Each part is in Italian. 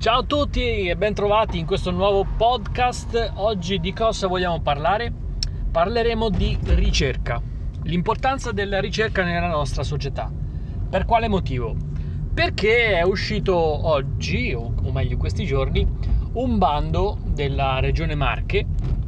Ciao a tutti e ben trovati in questo nuovo podcast. Oggi di cosa vogliamo parlare? Parleremo di ricerca, l'importanza della ricerca nella nostra società. Per quale motivo? Perché è uscito oggi, o meglio in questi giorni, un bando della Regione Marche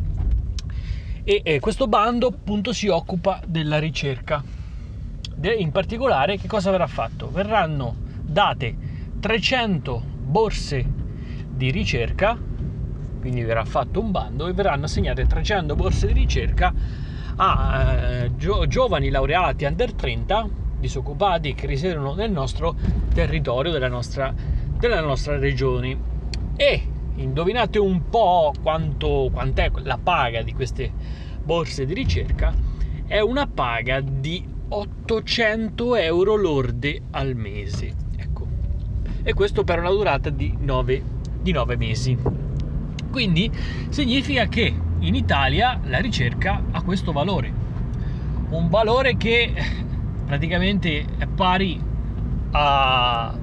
e questo bando appunto si occupa della ricerca. In particolare che cosa verrà fatto? Verranno date 300 borse di ricerca, quindi verrà fatto un bando e verranno assegnate 300 borse di ricerca a giovani laureati under 30 disoccupati che risiedono nel nostro territorio, della nostra regione. E indovinate un po' quant'è la paga di queste borse di ricerca? È una paga di 800 euro lorde al mese, ecco, e questo per una durata di 9 mesi. Quindi significa che in Italia la ricerca ha questo valore, un valore che praticamente è pari alla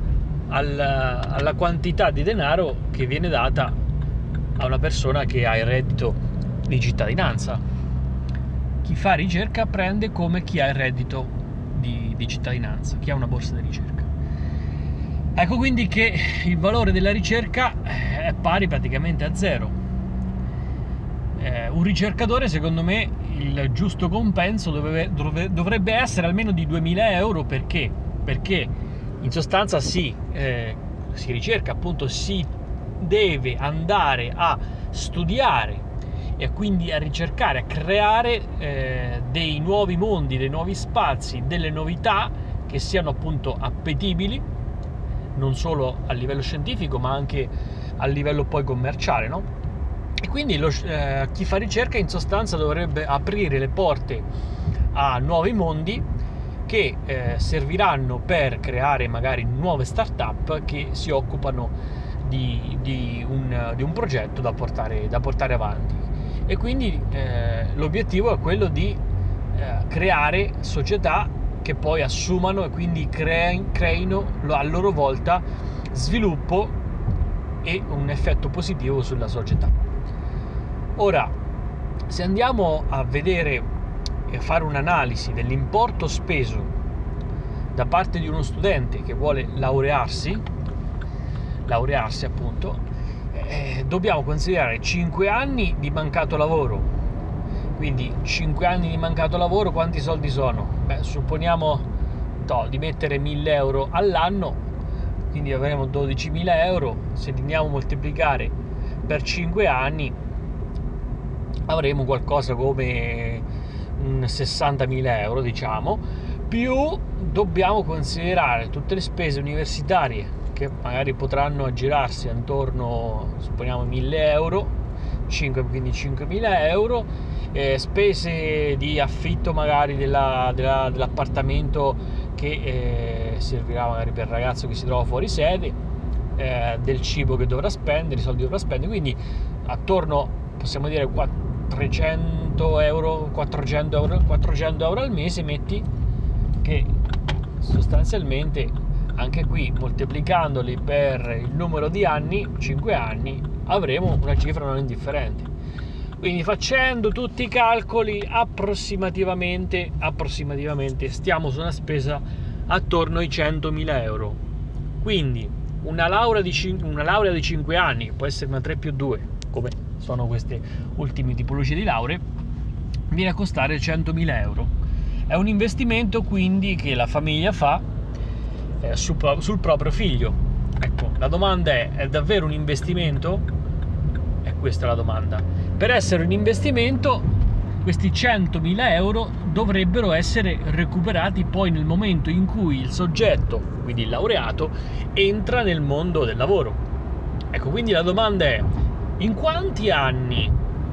quantità di denaro che viene data a una persona che ha il reddito di cittadinanza. Chi fa ricerca prende come chi ha il reddito di cittadinanza, chi ha una borsa di ricerca. Ecco quindi che il valore della ricerca è pari praticamente a zero. Un ricercatore, secondo me, il giusto compenso dovrebbe essere almeno di 2000 euro. Perché? Perché in sostanza si ricerca, appunto, si deve andare a studiare e quindi a ricercare, a creare dei nuovi mondi, dei nuovi spazi, delle novità che siano appunto appetibili non solo a livello scientifico ma anche a livello poi commerciale, no? E quindi chi fa ricerca in sostanza dovrebbe aprire le porte a nuovi mondi che serviranno per creare magari nuove start-up che si occupano di un progetto da portare avanti. E quindi l'obiettivo è quello di creare società che poi assumano e quindi creino a loro volta sviluppo e un effetto positivo sulla società. Ora, se andiamo a vedere e a fare un'analisi dell'importo speso da parte di uno studente che vuole laurearsi appunto, dobbiamo considerare 5 anni di mancato lavoro. Quindi 5 anni di mancato lavoro quanti soldi sono? Supponiamo di mettere 1000 euro all'anno, quindi avremo 12.000 euro. Se li andiamo a moltiplicare per 5 anni avremo qualcosa come 60.000 euro, diciamo, più dobbiamo considerare tutte le spese universitarie che magari potranno aggirarsi attorno, supponiamo, 1000 euro, quindi 5.000 euro, spese di affitto magari dell'appartamento che servirà magari per il ragazzo che si trova fuori sede, del cibo che dovrà spendere, i soldi che dovrà spendere, quindi attorno, possiamo dire, 400 euro al mese, metti, che sostanzialmente anche qui moltiplicandoli per il numero di anni, 5 anni, avremo una cifra non indifferente. Quindi facendo tutti i calcoli approssimativamente stiamo su una spesa attorno ai 100.000 euro. Quindi una laurea di 5 anni, che può essere una 3+2, come sono queste ultime tipologie di lauree, viene a costare 100.000 euro. È un investimento quindi che la famiglia fa sul proprio figlio. Ecco, la domanda è davvero un investimento? E questa è la domanda. Per essere un investimento, questi 100.000 euro dovrebbero essere recuperati poi nel momento in cui il soggetto, quindi il laureato, entra nel mondo del lavoro. Ecco, quindi la domanda è: in quanti anni,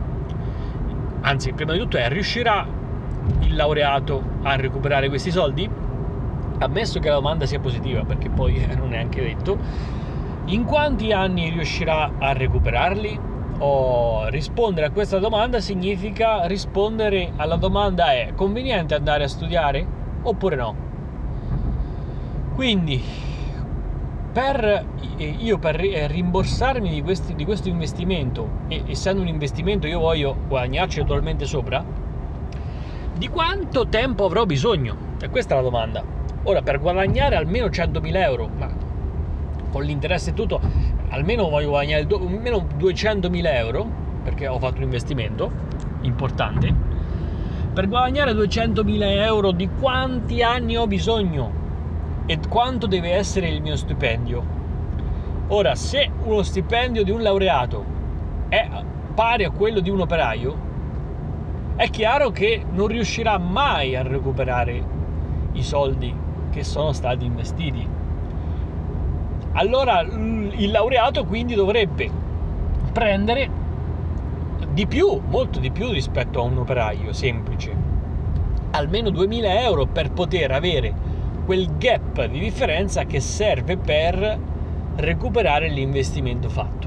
anzi, prima di tutto riuscirà il laureato a recuperare questi soldi? Ammesso che la domanda sia positiva, perché poi non è anche detto, in quanti anni riuscirà a recuperarli? Rispondere a questa domanda significa rispondere alla domanda: è conveniente andare a studiare oppure no? Quindi per rimborsarmi di questo investimento, e essendo un investimento io voglio guadagnarci attualmente sopra, di quanto tempo avrò bisogno? E questa è la domanda. Ora, per guadagnare almeno 100.000 euro, ma con l'interesse e tutto, almeno voglio guadagnare almeno 200.000 euro, perché ho fatto un investimento importante. Per guadagnare 200.000 euro, di quanti anni ho bisogno? E quanto deve essere il mio stipendio? Ora, se uno stipendio di un laureato è pari a quello di un operaio, è chiaro che non riuscirà mai a recuperare i soldi che sono stati investiti. Allora il laureato quindi dovrebbe prendere di più, molto di più rispetto a un operaio semplice, almeno 2.000 euro per poter avere quel gap di differenza che serve per recuperare l'investimento fatto.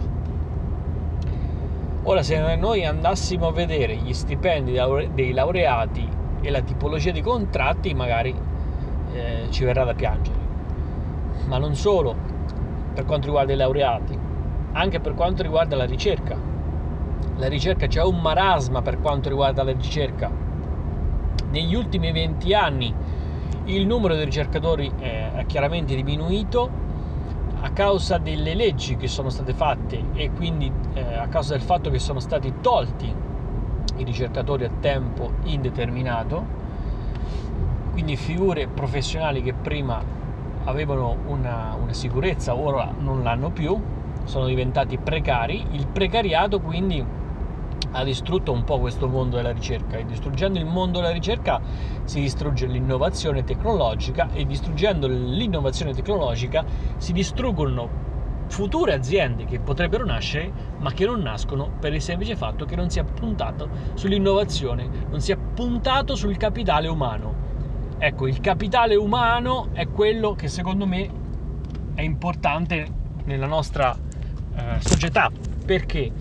Ora, se noi andassimo a vedere gli stipendi dei laureati e la tipologia di contratti, magari ci verrà da piangere. Ma non solo per quanto riguarda i laureati, anche per quanto riguarda la ricerca. La ricerca, c'è un marasma per quanto riguarda la ricerca. Negli ultimi 20 anni il numero di ricercatori è chiaramente diminuito a causa delle leggi che sono state fatte, e quindi a causa del fatto che sono stati tolti i ricercatori a tempo indeterminato, quindi figure professionali che prima avevano una sicurezza, ora non l'hanno più, sono diventati precari. Il precariato quindi ha distrutto un po' questo mondo della ricerca, e distruggendo il mondo della ricerca si distrugge l'innovazione tecnologica, e distruggendo l'innovazione tecnologica si distruggono future aziende che potrebbero nascere, ma che non nascono per il semplice fatto che non si è puntato sull'innovazione, non si è puntato sul capitale umano. Ecco, il capitale umano è quello che secondo me è importante nella nostra società. Perché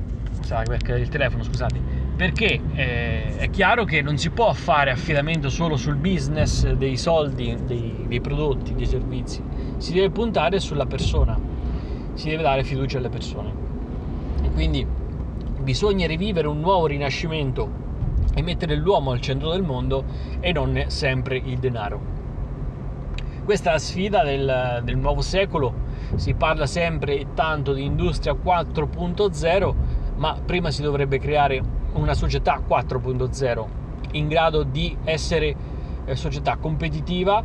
il telefono, scusate, perché è chiaro che non si può fare affidamento solo sul business dei soldi, dei prodotti, dei servizi. Si deve puntare sulla persona, si deve dare fiducia alle persone, e quindi bisogna rivivere un nuovo rinascimento e mettere l'uomo al centro del mondo e non sempre il denaro. Questa è la sfida del nuovo secolo. Si parla sempre e tanto di industria 4.0, ma prima si dovrebbe creare una società 4.0 in grado di essere società competitiva,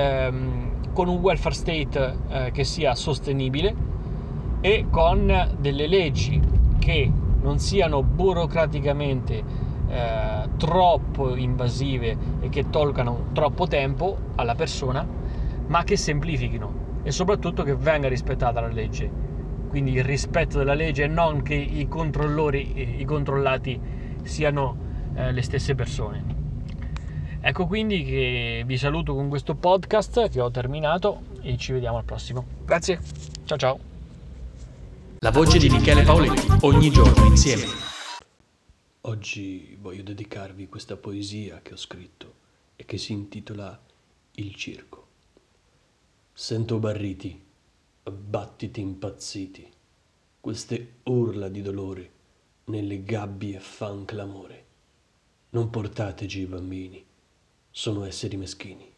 con un welfare state che sia sostenibile, e con delle leggi che non siano burocraticamente troppo invasive e che tolgano troppo tempo alla persona, ma che semplifichino, e soprattutto che venga rispettata la legge. Quindi il rispetto della legge, e non che i controllati siano le stesse persone. Ecco quindi che vi saluto con questo podcast che ho terminato, e ci vediamo al prossimo. Grazie, ciao ciao. La voce di Michele Paoletti, ogni giorno insieme. Oggi voglio dedicarvi questa poesia che ho scritto e che si intitola Il circo. Sento barriti, battiti impazziti, queste urla di dolore nelle gabbie fan clamore. Non portateci i bambini, sono esseri meschini.